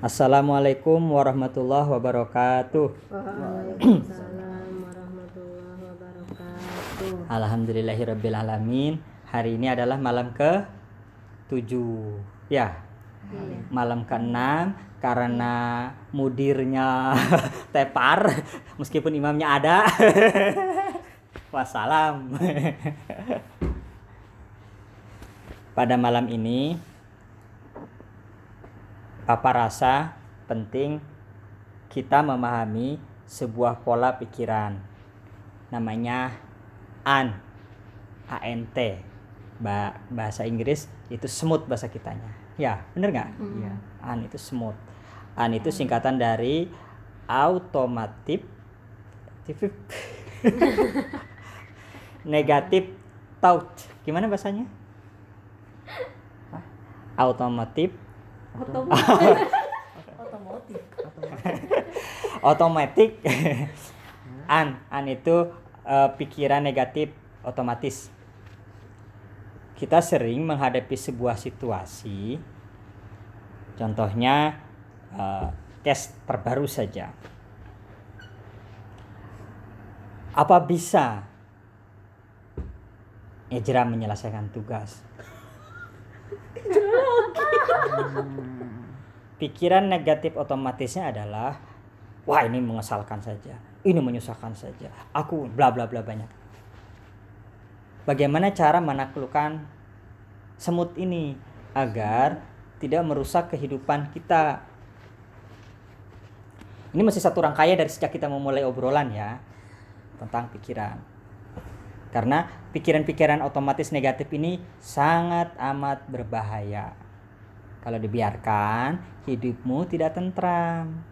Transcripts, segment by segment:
Assalamualaikum warahmatullahi wabarakatuh. Waalaikumsalam warahmatullahi wabarakatuh. Alhamdulillahirabbil alamin. Hari ini adalah malam ke-7. Ya. Malam ke-6 karena mudirnya tepar meskipun imamnya ada. Wassalam. Pada malam ini Papa rasa penting kita memahami sebuah pola pikiran namanya ANT. Bahasa Inggris itu smooth bahasa kitanya. Ya, bener nggak? Iya. AN itu smooth. AN itu singkatan dari automatic negative thought. Gimana bahasanya? Automatic otomatis. An itu pikiran negatif otomatis. Kita sering menghadapi sebuah situasi, contohnya tes terbaru saja. Apa bisa Ejra menyelesaikan tugas? Pikiran negatif otomatisnya adalah, wah ini mengesalkan saja, ini menyusahkan saja, aku bla bla bla banyak. Bagaimana cara menaklukkan semut ini agar tidak merusak kehidupan kita? Ini masih satu rangkaian dari sejak kita memulai obrolan ya tentang pikiran. Karena pikiran-pikiran otomatis negatif ini sangat amat berbahaya. Kalau dibiarkan, hidupmu tidak tentram.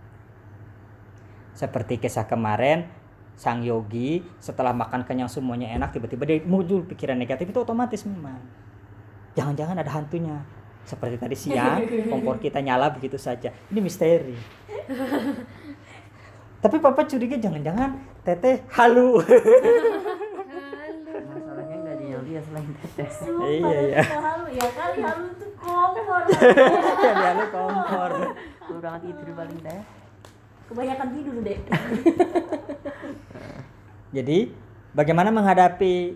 Seperti kisah kemarin, sang yogi setelah makan kenyang semuanya enak, tiba-tiba dia muncul pikiran negatif, itu otomatis memang. Jangan-jangan ada hantunya. Seperti tadi siang, kompor kita nyala begitu saja. Ini misteri. Tapi Papa curiga jangan-jangan Teteh halu. Masalahnya nggak ada yang lihat selain Teteh. Iya. Halu ya kali, halu tuh kompor. Jadi halu kompor. Kurang tidur paling teh. Kebanyakan tidur deh. Jadi bagaimana menghadapi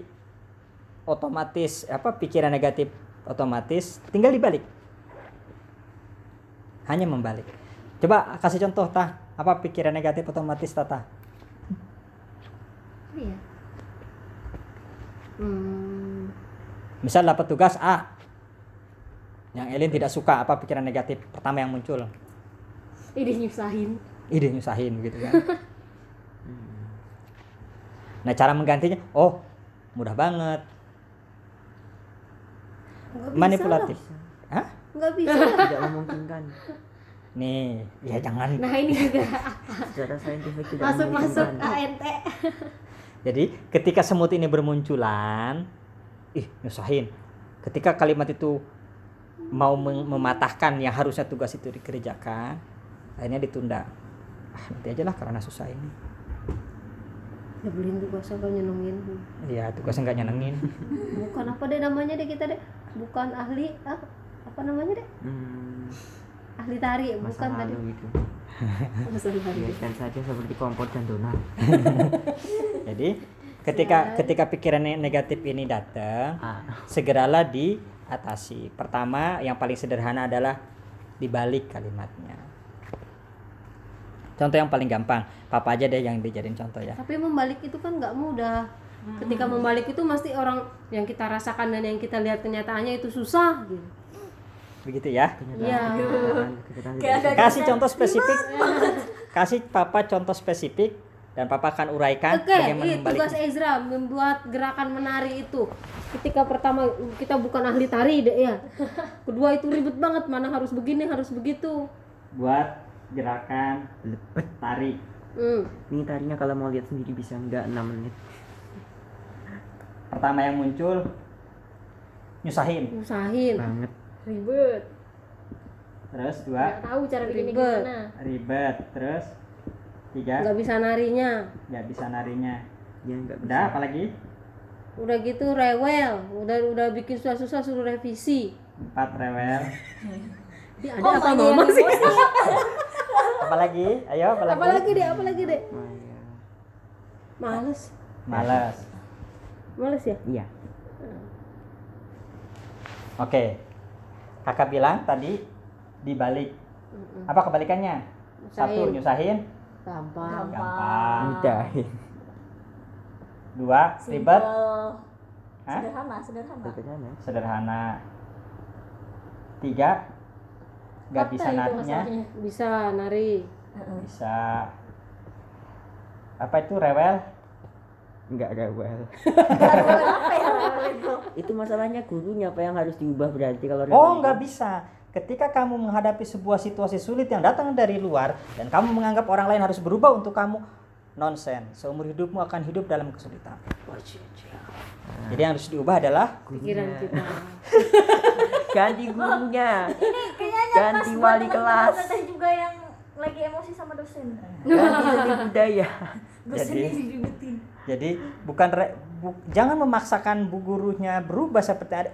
pikiran negatif otomatis? Tinggal dibalik. Hanya membalik. Coba kasih contoh Tah, apa pikiran negatif otomatis Tata? Iya. Misal dapat tugas A, yang Elin tidak suka, apa pikiran negatif pertama yang muncul? Ide nyusahin gitu kan. Nah cara menggantinya, oh mudah banget. Manipulatif. Hah? Nggak bisa. Tidak memungkinkan. Nih, ya jangan. Nah ini juga Secara saintifik tidak masuk memungkinkan. ANT. Jadi ketika semut ini bermunculan, nyusahin. Ketika kalimat itu mau mematahkan yang harusnya tugas itu dikerjakan, akhirnya ditunda. Nanti aja lah karena susah ini. Ya beliin tugasnya gak nyenengin. Ya tugasnya nggak nyenengin. Bukan apa deh namanya deh kita deh. Bukan ahli apa namanya deh? Ahli tari Masa bukan tadi. lalu gitu. Masa lalu. Biarkan saja seperti kompor dan donat. Jadi ketika pikiran negatif ini datang, segeralah diatasi. Pertama, yang paling sederhana adalah dibalik kalimatnya. Contoh yang paling gampang, Papa aja deh yang dijadiin contoh ya. Tapi membalik itu kan nggak mudah. Ketika membalik itu mesti orang yang kita rasakan dan yang kita lihat kenyataannya itu susah gitu. Begitu ya. Iya. Kasih contoh spesifik. Kasih Papa contoh spesifik dan Papa akan uraikan Oke, bagaimana tugas membaliknya. Ezra membuat gerakan menari itu. Ketika pertama kita bukan ahli tari deh ya. Kedua itu ribet banget, mana harus begini, harus begitu. Buat gerakan tari. Ini tarinya kalau mau lihat sendiri bisa enggak 6 menit. Pertama yang muncul nyusahin. Banget. Ribet. Terus Nggak 2 tahu cara bikinnya gimana. ribet. Terus 3 Nggak bisa narinya. nggak bisa narinya. Ya enggak bisa. Udah apalagi? Udah gitu rewel. Udah bikin susah-susah suruh revisi. 4 rewel. Dia ada Kok apa emaknya mama yang sih? emosi? Apalagi? Ayo apalagi? Apalagi deh? Maya. Males. Malas. Males ya? Iya. Oke. Kakak bilang tadi dibalik. Apa kebalikannya? Satu, nyusahin. Gampang. Gampang. Mudahin. Dua, ribet. Hah? Sederhana. Sederhana. Sederhana. Tiga, nggak bisa Fakta itu narinya. masalahnya. Bisa nari. Bisa. Apa itu rewel? Enggak rewel. Apa ya rewel itu? Itu masalahnya gurunya apa yang harus diubah berarti kalau rewel Oh, itu. nggak bisa. Ketika kamu menghadapi sebuah situasi sulit yang datang dari luar dan kamu menganggap orang lain harus berubah untuk kamu, nonsen. Seumur hidupmu akan hidup dalam kesulitan. Jadi yang harus diubah adalah Pikiran kita. Ganti gurunya. Ini kayaknya Ganti pas wali buat kelas. teman-teman teteh juga yang lagi emosi sama dosen. Ganti seni budaya. Dosennya Jadi- diribetin. jadi bukan jangan memaksakan bu gurunya berubah seperti ada.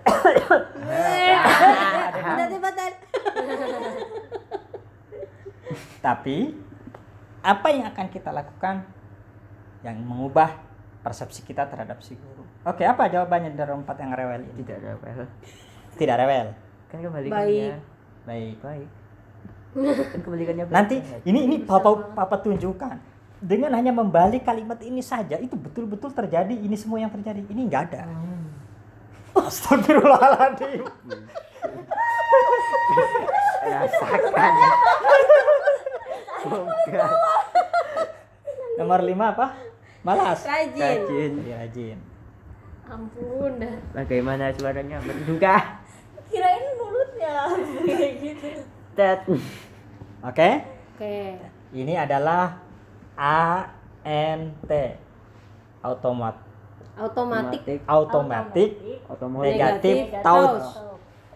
Tapi apa yang akan kita lakukan yang mengubah persepsi kita terhadap si guru? Oke, apa jawabannya dari empat yang rewel ini? Tidak rewel. Tidak rewel. Kan kebalikannya. Baik. Baik. Kan kebalikannya. Nanti baik. ini papa tunjukkan. Dengan hanya membalik kalimat ini saja itu betul-betul terjadi ini semua yang terjadi. Ini enggak ada. Astagfirullahaladzim. Rasakan. Semoga. Nomor 5 apa? Malas. Rajin. Rajin. Jadi rajin. Ampun dah. Bagaimana suaranya? Berduka. Kirain mulutnya kayak gitu. Tet. Oke? Oke. Ini adalah ANT. Automatic. Automatic Otomotif. negatif Negative thoughts. thoughts.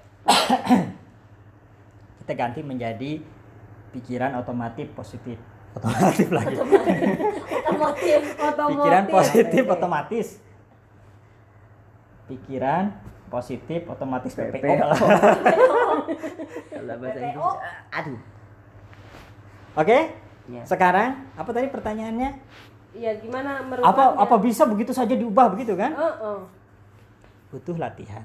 Kita ganti menjadi pikiran otomatis positif. Otomatis lagi. Otomotif. Pikiran positif otomatis. Pikiran positif otomatis PPO. PPO. Kalau bahasa PPO. Inggris. Aduh. Oke? Ya. Sekarang apa tadi pertanyaannya? Iya, gimana merubahnya? Apa bisa begitu saja diubah begitu kan? Butuh latihan.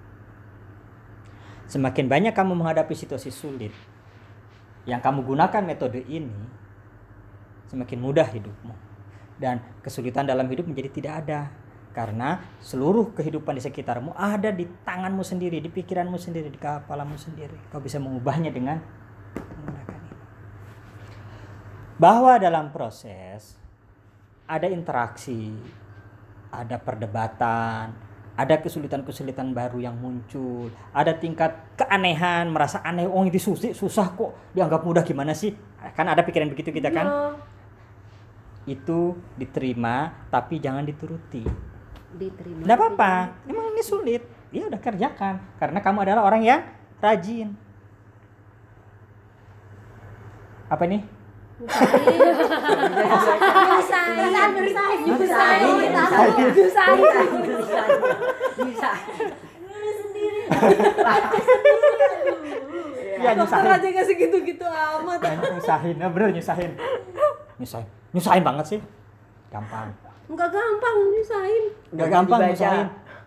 Semakin banyak kamu menghadapi situasi sulit yang kamu gunakan metode ini, semakin mudah hidupmu. Dan kesulitan dalam hidup menjadi tidak ada. Karena seluruh kehidupan di sekitarmu ada di tanganmu sendiri, di pikiranmu sendiri, di kepalamu sendiri. Kau bisa mengubahnya dengan menggunakan ini. Bahwa dalam proses ada interaksi, ada perdebatan, ada kesulitan-kesulitan baru yang muncul, ada tingkat keanehan, merasa aneh, oh ini susah kok, dianggap mudah gimana sih? Kan ada pikiran begitu kita kan? Itu diterima, tapi jangan dituruti. Diterima. Nggak apa-apa, emang ini sulit, ya udah kerjakan, karena kamu adalah orang yang rajin. Apa ini? Ya nyusahin. aja gak segitu-gitu amat. Nyusahin, nah bener nyusahin. Nyusahin banget sih. Gampang. Enggak gampang nyusahin. Nggak gampang dibaca. nyusahin.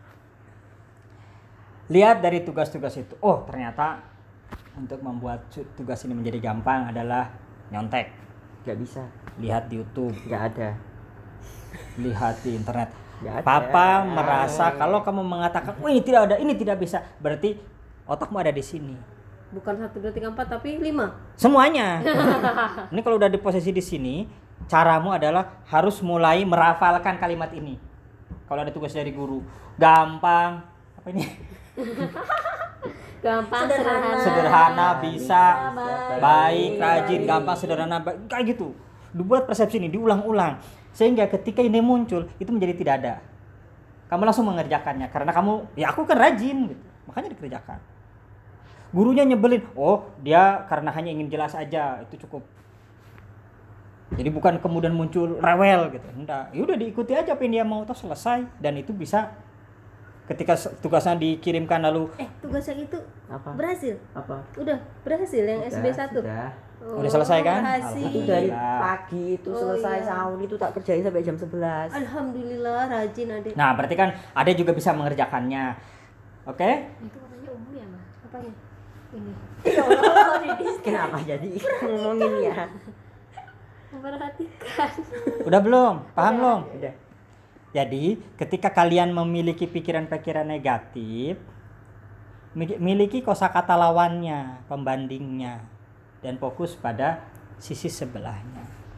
Lihat dari tugas-tugas itu. Oh ternyata untuk membuat tugas ini menjadi gampang adalah nyontek. Gak bisa. Lihat di YouTube, Gak ada. lihat di internet. Gak ada. Papa merasa kalau kamu mengatakan, oh ini tidak ada, ini tidak bisa, berarti otakmu ada di sini. Bukan 1, 2, 3, 4 tapi 5. Semuanya. Ini kalau udah di posisi di sini, caramu adalah harus mulai merafalkan kalimat ini. Kalau ada tugas dari guru, gampang, apa ini? Gampang, Sederhana, bisa, baik, baik, rajin, gampang, sederhana, baik, kayak gitu. Dibuat persepsi ini, diulang-ulang, sehingga ketika ini muncul, itu menjadi tidak ada. Kamu langsung mengerjakannya, karena kamu, ya aku kan rajin, gitu. Makanya dikerjakan. Gurunya nyebelin, oh dia karena hanya ingin jelas aja, itu cukup. Jadi bukan kemudian muncul rewel gitu, enggak. Ya udah diikuti aja apa yang dia mau, toh selesai, dan itu bisa Ketika tugasnya dikirimkan lalu Tugas yang itu Apa? berhasil. Apa? Udah berhasil yang Udah, SB1. Sudah. Udah selesai kan? Berhasil. Itu dari Alhamdulillah. pagi itu Oh, selesai iya. sahur itu tak kerjain sampai jam 11. Alhamdulillah rajin Adek. Nah, berarti kan Ade juga bisa mengerjakannya. Oke? Itu warnanya ungu ya, Ma? Apanya? Ini. Ya Allah, Didi. Kenapa jadi ngomongin ya? Memperhatikan. Udah belum? Paham belum? Udah. Jadi, ketika kalian memiliki pikiran-pikiran negatif, miliki kosakata lawannya, pembandingnya, dan fokus pada sisi sebelahnya.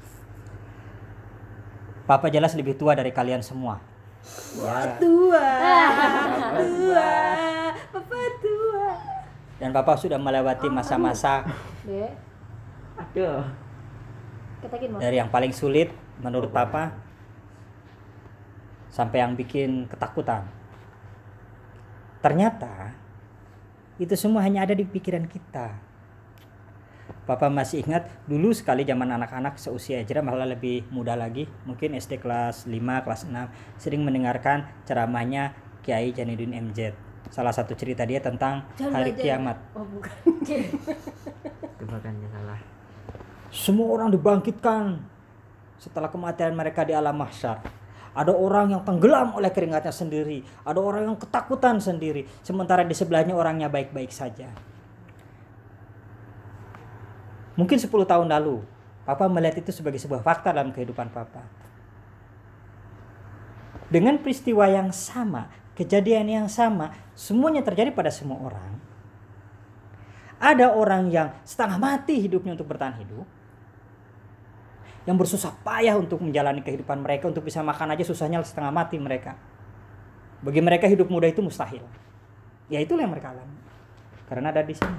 Papa jelas lebih tua dari kalian semua. Ya. Tua. Papa tua. Dan Papa sudah melewati masa-masa Dek, Aduh. katakin, Ma. dari yang paling sulit menurut Papa sampai yang bikin ketakutan. Ternyata itu semua hanya ada di pikiran kita. Papa masih ingat dulu sekali zaman anak-anak seusia Ejra, malah lebih muda lagi, mungkin SD kelas 5, kelas 6, sering mendengarkan ceramahnya Kiai Jainuddin MZ. Salah satu cerita dia tentang hari kiamat. Oh bukan. Itu bukannya salah. Semua orang dibangkitkan setelah kematian mereka di alam mahsyar. Ada orang yang tenggelam oleh keringatnya sendiri, ada orang yang ketakutan sendiri, sementara di sebelahnya orangnya baik-baik saja. Mungkin 10 tahun lalu, Papa melihat itu sebagai sebuah fakta dalam kehidupan Papa. Dengan peristiwa yang sama, kejadian yang sama, semuanya terjadi pada semua orang. Ada orang yang setengah mati hidupnya untuk bertahan hidup, yang bersusah payah untuk menjalani kehidupan mereka, untuk bisa makan aja susahnya setengah mati mereka. Bagi mereka hidup muda itu mustahil. Ya itulah yang mereka alami. Karena ada di sini.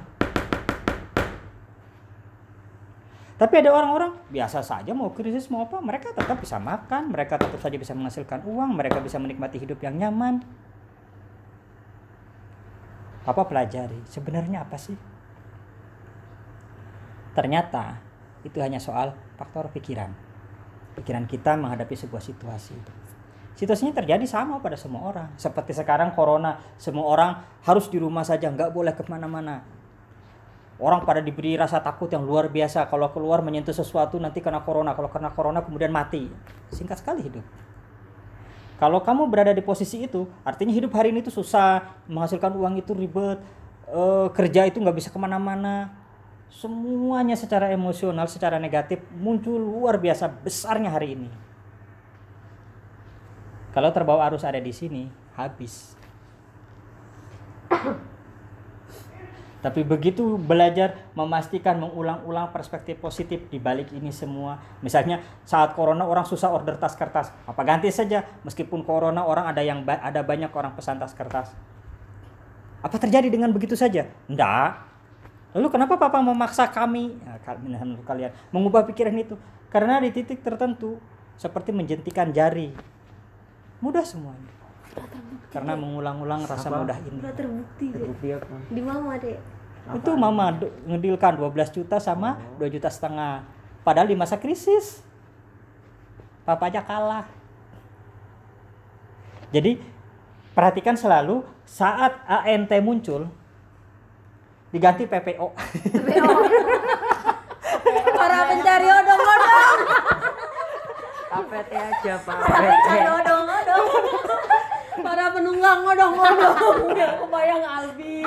Tapi ada orang-orang biasa saja, mau krisis mau apa, mereka tetap bisa makan, mereka tetap saja bisa menghasilkan uang, mereka bisa menikmati hidup yang nyaman. Papa pelajari, sebenarnya apa sih? Ternyata itu hanya soal faktor pikiran. Pikiran kita menghadapi sebuah situasi. Situasinya terjadi sama pada semua orang. Seperti sekarang corona, semua orang harus di rumah saja, nggak boleh kemana-mana. Orang pada diberi rasa takut yang luar biasa. Kalau keluar menyentuh sesuatu nanti kena corona. Kalau kena corona kemudian mati. Singkat sekali hidup. Kalau kamu berada di posisi itu, artinya hidup hari ini itu susah. Menghasilkan uang itu ribet. Kerja itu nggak bisa kemana-mana. Semuanya secara emosional, secara negatif muncul luar biasa besarnya hari ini. Kalau terbawa arus ada di sini, habis. Tapi begitu belajar memastikan mengulang-ulang perspektif positif di balik ini semua. Misalnya saat corona orang susah order tas kertas, apa ganti saja. Meskipun corona orang ada banyak orang pesan tas kertas. Apa terjadi dengan begitu saja? Enggak. Lalu kenapa Papa memaksa kami, kalian mengubah pikiran itu? Karena di titik tertentu seperti menjentikan jari. Mudah semuanya. Karena mengulang-ulang rasa mudah ini. Udah terbukti. Dek. Terbukti apa? Di Mama Dek. Itu Mama ngedilkan 12 juta sama 2,5 juta. Padahal di masa krisis Papa aja kalah. Jadi perhatikan selalu saat ANT muncul diganti PPO. Para pencari odong-odong. APT aja Pak. Cari odong-odong. Para penunggang odong-odong. Biar kebayang Albi.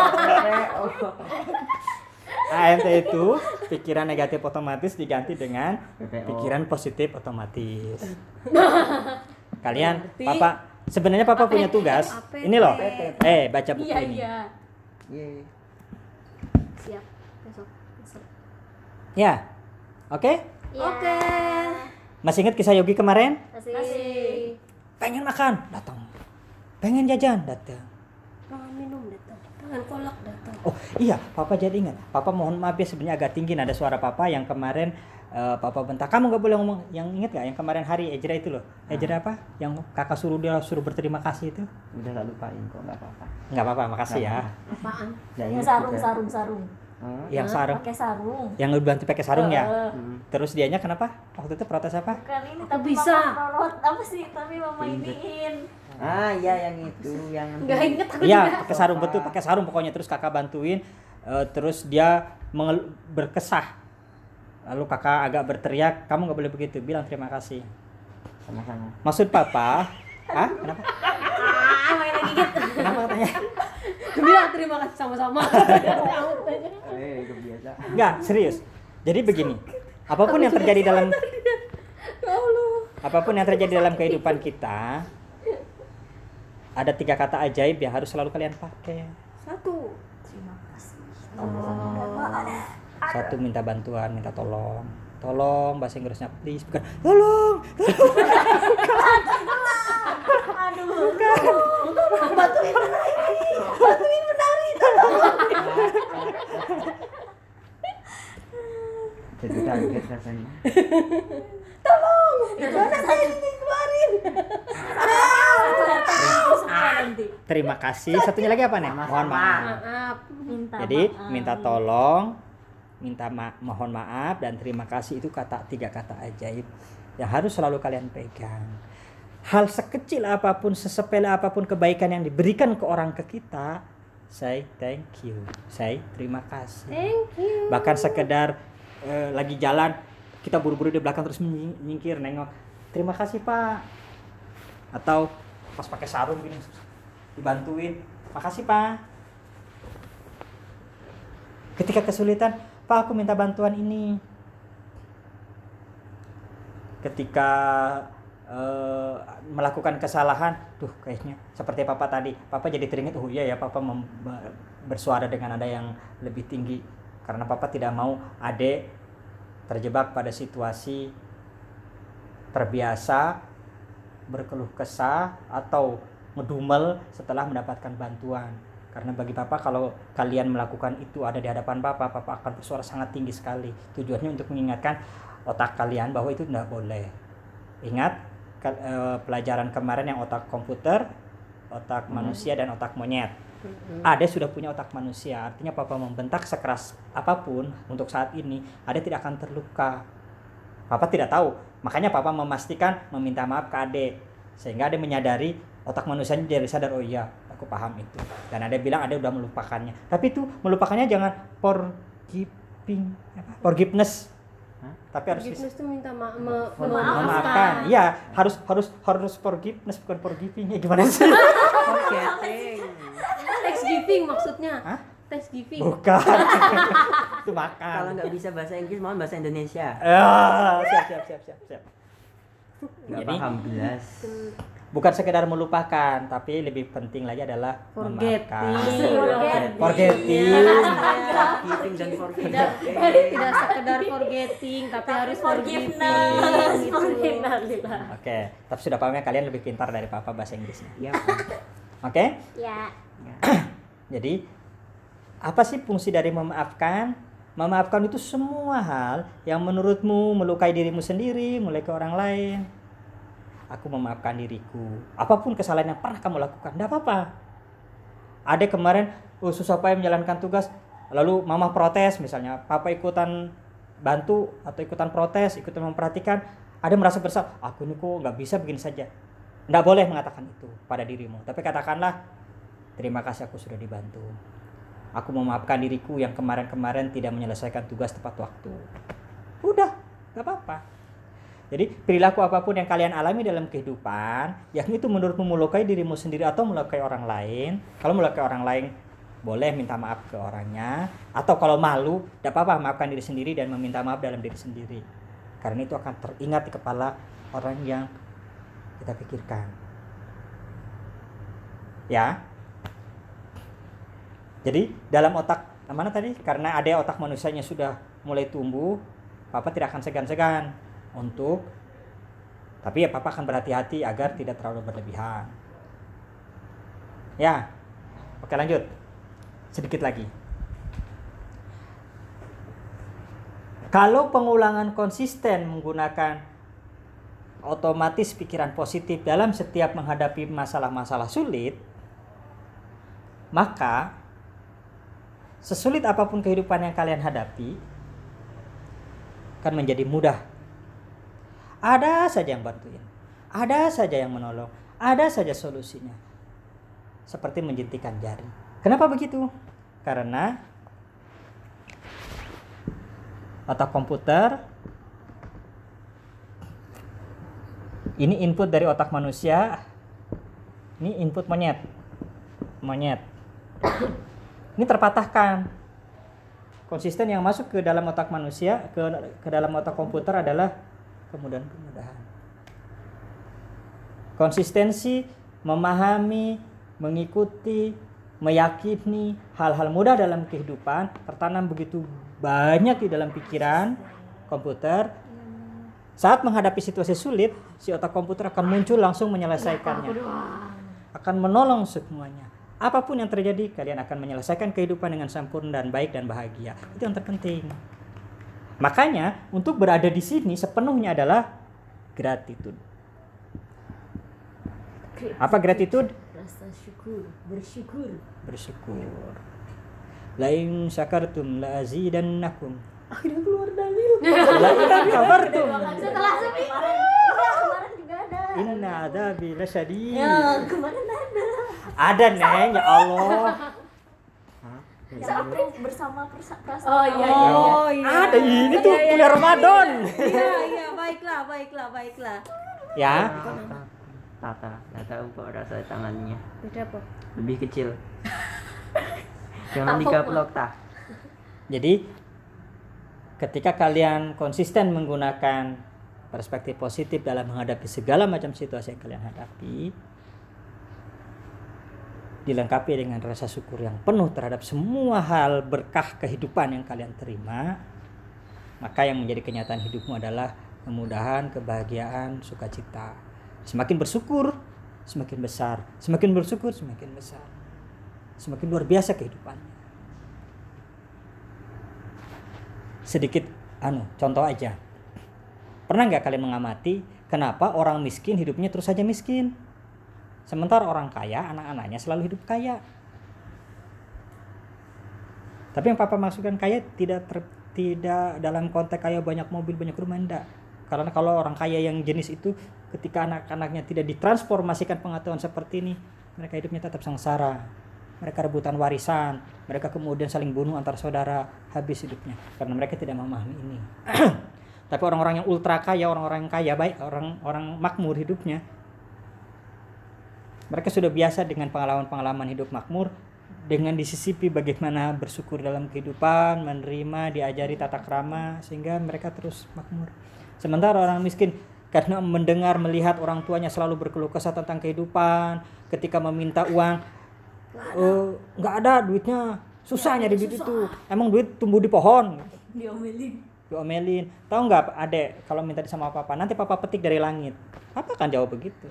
ANT itu pikiran negatif otomatis diganti dengan PPO. pikiran positif otomatis. Kalian, Papa, sebenarnya Papa punya tugas. APT. Ini loh. Baca buku Iya, ini. iya. Yeay. Siap. Besok. Ya. Oke? Iya. Oke. Masih ingat kisah Yogi kemarin? Masih. Pengen makan, datang. Pengen jajan, datang. Pengen minum datang. Pengen kolak datang. Oh iya, Papa jadi ingat. Papa mohon maaf ya sebenarnya agak tinggi nada suara Papa yang kemarin Papa bentak. Kamu nggak boleh ngomong. Yang ingat nggak? Yang kemarin hari Ejra itu loh. Ejra apa? Yang kakak suruh berterima kasih itu? Udah tak lupain kok, nggak apa-apa. Nggak apa-apa, makasih ya. Apaan? Nggak Yang ingat sarung, juga. sarung, sarung. Hah? Yang sarung, Pakai sarung. yang bantu pakai sarung ya. Hmm. Terus dianya kenapa? Waktu itu protes apa? Bukan ini, Aku tapi bisa. Mama prolot. Apa sih? Tapi Mama Ribet. iniin. Ah iya yang itu yang Nggak inget aku Iya, juga. pakai sarung, betul, pakai sarung pokoknya. Terus kakak bantuin, terus dia berkesah. Lalu kakak agak berteriak, kamu nggak boleh begitu, bilang terima kasih. sama-sama. Maksud papa, kenapa? Main lagi gitu. Kenapa katanya? Bilang terima kasih sama-sama. Kebiasa. Enggak, serius. Jadi begini, apapun yang terjadi dalam kehidupan kita, ada 3 kata ajaib yang harus selalu kalian pakai. 1. Terima kasih. Satu, minta bantuan, minta tolong. Tolong, bahasa Inggrisnya please, bukan tolong. Aduh. Bantuin menari. Jadi kaget rasanya. Gimana saya dikeluarin? Nanti. Terima kasih. Satunya lagi apa nih? Mohon maaf. Maaf. Minta Jadi maaf. minta tolong, mohon maaf, dan terima kasih itu 3 kata ajaib yang harus selalu kalian pegang. Hal sekecil apapun, sesepele apapun kebaikan yang diberikan ke orang ke kita, say thank you, say terima kasih. Thank you. Bahkan sekedar lagi jalan kita buru-buru di belakang terus nyingkir nengok, terima kasih Pak. Atau pas pakai sarung gini dibantuin, makasih Pak. Ketika kesulitan, Pak aku minta bantuan ini. Ketika melakukan kesalahan, kayaknya seperti Papa tadi, Papa jadi teringat, oh iya ya Papa bersuara dengan nada yang lebih tinggi karena Papa tidak mau Adek terjebak pada situasi terbiasa berkeluh kesah atau ngedumel setelah mendapatkan bantuan. Karena bagi Papa kalau kalian melakukan itu ada di hadapan Papa akan bersuara sangat tinggi sekali. Tujuannya untuk mengingatkan otak kalian bahwa itu tidak boleh. Ingat pelajaran kemarin yang otak komputer, otak manusia dan otak monyet. Ade sudah punya otak manusia, artinya Papa membentak sekeras apapun untuk saat ini, Ade tidak akan terluka. Papa tidak tahu, makanya Papa memastikan meminta maaf ke Ade, sehingga Ade menyadari otak manusianya jadi sadar, oh iya, aku paham itu. Dan Ade bilang Ade udah melupakannya. Tapi itu melupakannya jangan forgiveness. Tapi harus Forgiveness itu minta memaafkan. Iya, harus forgiveness bukan forgiving. Ya gimana sih? Thanksgiving maksudnya. Hah? Thanksgiving. Bukan. Itu makan. Kalau nggak bisa bahasa Inggris, mohon bahasa Indonesia. Siap. Nggak Jadi, paham belas. bukan sekedar melupakan, tapi lebih penting lagi adalah memaafkan. Forgetting. Keeping dan forgetting. Tidak sekedar forgetting, tapi harus Forgiveness. forgiving. Oke, tapi sudah pahamnya kalian lebih pintar dari Papa bahasa Inggrisnya. Iya. Oke? Ya. Jadi apa sih fungsi dari memaafkan? Memaafkan itu semua hal yang menurutmu melukai dirimu sendiri, mulai ke orang lain. Aku memaafkan diriku. Apapun kesalahan yang pernah kamu lakukan, enggak apa-apa. Ada kemarin susah payah menjalankan tugas, lalu mama protes misalnya, Papa ikutan bantu atau ikutan protes, ikutan memperhatikan, ada merasa bersalah, aku ini kok nggak bisa begini saja. Nggak boleh mengatakan itu pada dirimu, tapi katakanlah, terima kasih aku sudah dibantu. Aku memaafkan diriku yang kemarin-kemarin tidak menyelesaikan tugas tepat waktu. Udah, nggak apa-apa. Jadi perilaku apapun yang kalian alami dalam kehidupan, yang itu menurutmu melukai dirimu sendiri atau melukai orang lain, kalau melukai orang lain boleh minta maaf ke orangnya, atau kalau malu, tidak apa-apa maafkan diri sendiri dan meminta maaf dalam diri sendiri. Karena itu akan teringat di kepala orang yang kita pikirkan. Ya. Jadi dalam otak mana tadi? Karena ada otak manusianya sudah mulai tumbuh, Papa tidak akan segan-segan untuk, tapi ya Papa akan berhati-hati agar tidak terlalu berlebihan. Ya. Oke, lanjut. Sedikit lagi. Kalau pengulangan konsisten menggunakan otomatis pikiran positif dalam setiap menghadapi masalah-masalah sulit, maka sesulit apapun kehidupan yang kalian hadapi akan menjadi mudah. Ada saja yang bantuin, ada saja yang menolong, Ada saja solusinya. Seperti menjentikan jari. Kenapa begitu? Karena otak komputer ini input dari otak manusia, ini input monyet. Ini terpatahkan. Konsisten yang masuk ke dalam otak manusia, ke dalam otak komputer adalah kemudahan-kemudahan. Konsistensi, memahami, mengikuti, meyakini hal-hal mudah dalam kehidupan tertanam begitu banyak di dalam pikiran komputer. Saat menghadapi situasi sulit, si otak komputer akan muncul langsung menyelesaikannya. Akan menolong semuanya. Apapun yang terjadi, kalian akan menyelesaikan kehidupan dengan sempurna dan baik dan bahagia. Itu yang terpenting. Makanya, untuk berada di sini sepenuhnya adalah gratitude. Apa gratitude? Rasa syukur, bersyukur. Bersyukur. Lain syakartum la azidannakum. Akhirnya keluar dalil. Lain kafartum. Setelah sepi. Kemarin juga ada. Inna adzabi lasyadid. Ya, kemarin ada. Ada, Neng, ya Allah. Yang April bersama perasaan. Oh iya. Oh, Ada ini tuh kuliah Ramadan. Iya, baiklah. Ya. Tata untuk rasa tangannya Beda apa? lebih kecil. Jangan dikaplok tah. Jadi ketika kalian konsisten menggunakan perspektif positif dalam menghadapi segala macam situasi yang kalian hadapi, dilengkapi dengan rasa syukur yang penuh terhadap semua hal berkah kehidupan yang kalian terima, maka yang menjadi kenyataan hidupmu adalah kemudahan, kebahagiaan, sukacita. Semakin bersyukur, semakin besar. Semakin bersyukur, semakin besar. Semakin luar biasa kehidupannya. Sedikit contoh aja. Pernah nggak kalian mengamati kenapa orang miskin hidupnya terus saja miskin? Sementara orang kaya, anak-anaknya selalu hidup kaya. Tapi yang papa maksudkan kaya tidak dalam konteks kaya banyak mobil, banyak rumah, enggak. Karena kalau orang kaya yang jenis itu, ketika anak-anaknya tidak ditransformasikan pengetahuan seperti ini, mereka hidupnya tetap sengsara. Mereka rebutan warisan, mereka kemudian saling bunuh antar saudara, habis hidupnya. Karena mereka tidak memahami ini. Tapi orang-orang yang ultra kaya, orang-orang yang kaya baik, orang makmur hidupnya, mereka sudah biasa dengan pengalaman-pengalaman hidup makmur, dengan disisipi bagaimana bersyukur dalam kehidupan, menerima, diajari tata krama, sehingga mereka terus makmur. Sementara orang miskin karena mendengar, melihat orang tuanya selalu berkeluh kesah tentang kehidupan, ketika meminta uang, nggak ada duitnya, susah nyari duit itu, emang duit tumbuh di pohon, diomelin. Tahu nggak adek, kalau minta sama papa, nanti papa petik dari langit, papa kan jawab begitu.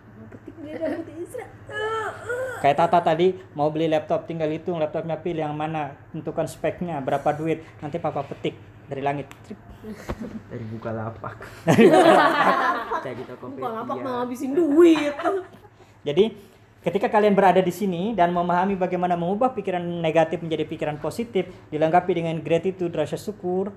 Kayak Tata tadi mau beli laptop, tinggal hitung laptopnya, pilih yang mana, tentukan speknya, berapa duit, nanti papa petik dari langit. Dari Bukalapak. Cari Tokopedia. Bukalapak ngabisin duit. Jadi ketika kalian berada di sini dan memahami bagaimana mengubah pikiran negatif menjadi pikiran positif, dilengkapi dengan gratitude, rasa syukur,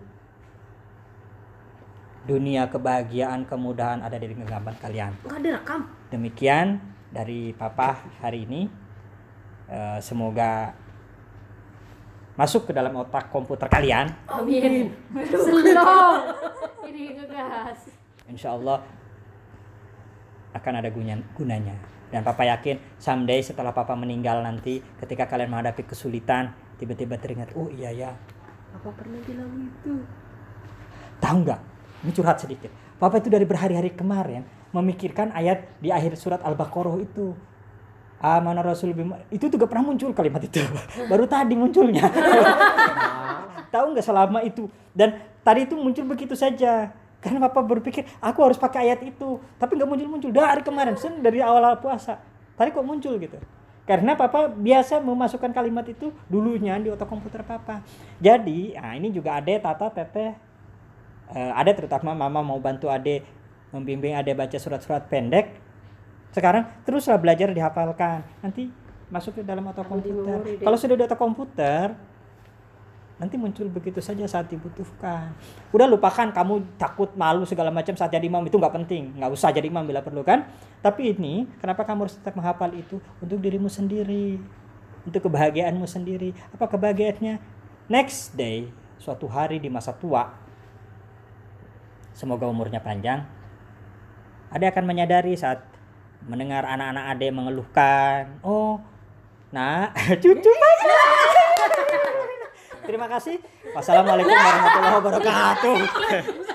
dunia kebahagiaan, kemudahan ada di genggaman kalian. Enggak direkam. Demikian dari papa hari ini. Semoga masuk ke dalam otak komputer kalian. Amin. Slow. Ini ngegas. Insya Allah akan ada gunanya. Dan papa yakin someday setelah papa meninggal nanti, ketika kalian menghadapi kesulitan, tiba-tiba teringat, oh iya ya, Apa pernah bilang itu? tahu nggak? Ini curhat sedikit. Papa itu dari berhari-hari kemarin memikirkan ayat di akhir surat Al-Baqarah itu. Amanah Rasul bima, itu tuh gak pernah muncul kalimat itu. Baru tadi munculnya. Tahu nggak selama itu? Dan tadi itu muncul begitu saja. Karena papa berpikir aku harus pakai ayat itu, tapi nggak muncul dari kemarin, dari awal puasa. Tadi kok muncul gitu? Karena papa biasa memasukkan kalimat itu dulunya di otak komputer papa. Jadi, ini juga Ade, Tata, Teteh, Ade terutama mama mau bantu Ade membimbing Ade baca surat-surat pendek. Sekarang teruslah belajar dihafalkan. Nanti masuk ke dalam otak komputer. Kalau sudah di otak komputer, Nanti muncul begitu saja saat dibutuhkan. Udah lupakan kamu takut, malu segala macam saat jadi imam, itu nggak penting. Nggak usah jadi imam bila perlu kan. Tapi ini kenapa kamu harus tetap menghafal itu? Untuk dirimu sendiri, untuk kebahagiaanmu sendiri. Apa kebahagiaannya? Next day, suatu hari di masa tua, semoga umurnya panjang, Ade akan menyadari saat mendengar anak-anak Ade mengeluhkan, oh, nah, cucu banget. Terima kasih. Wassalamualaikum warahmatullahi wabarakatuh.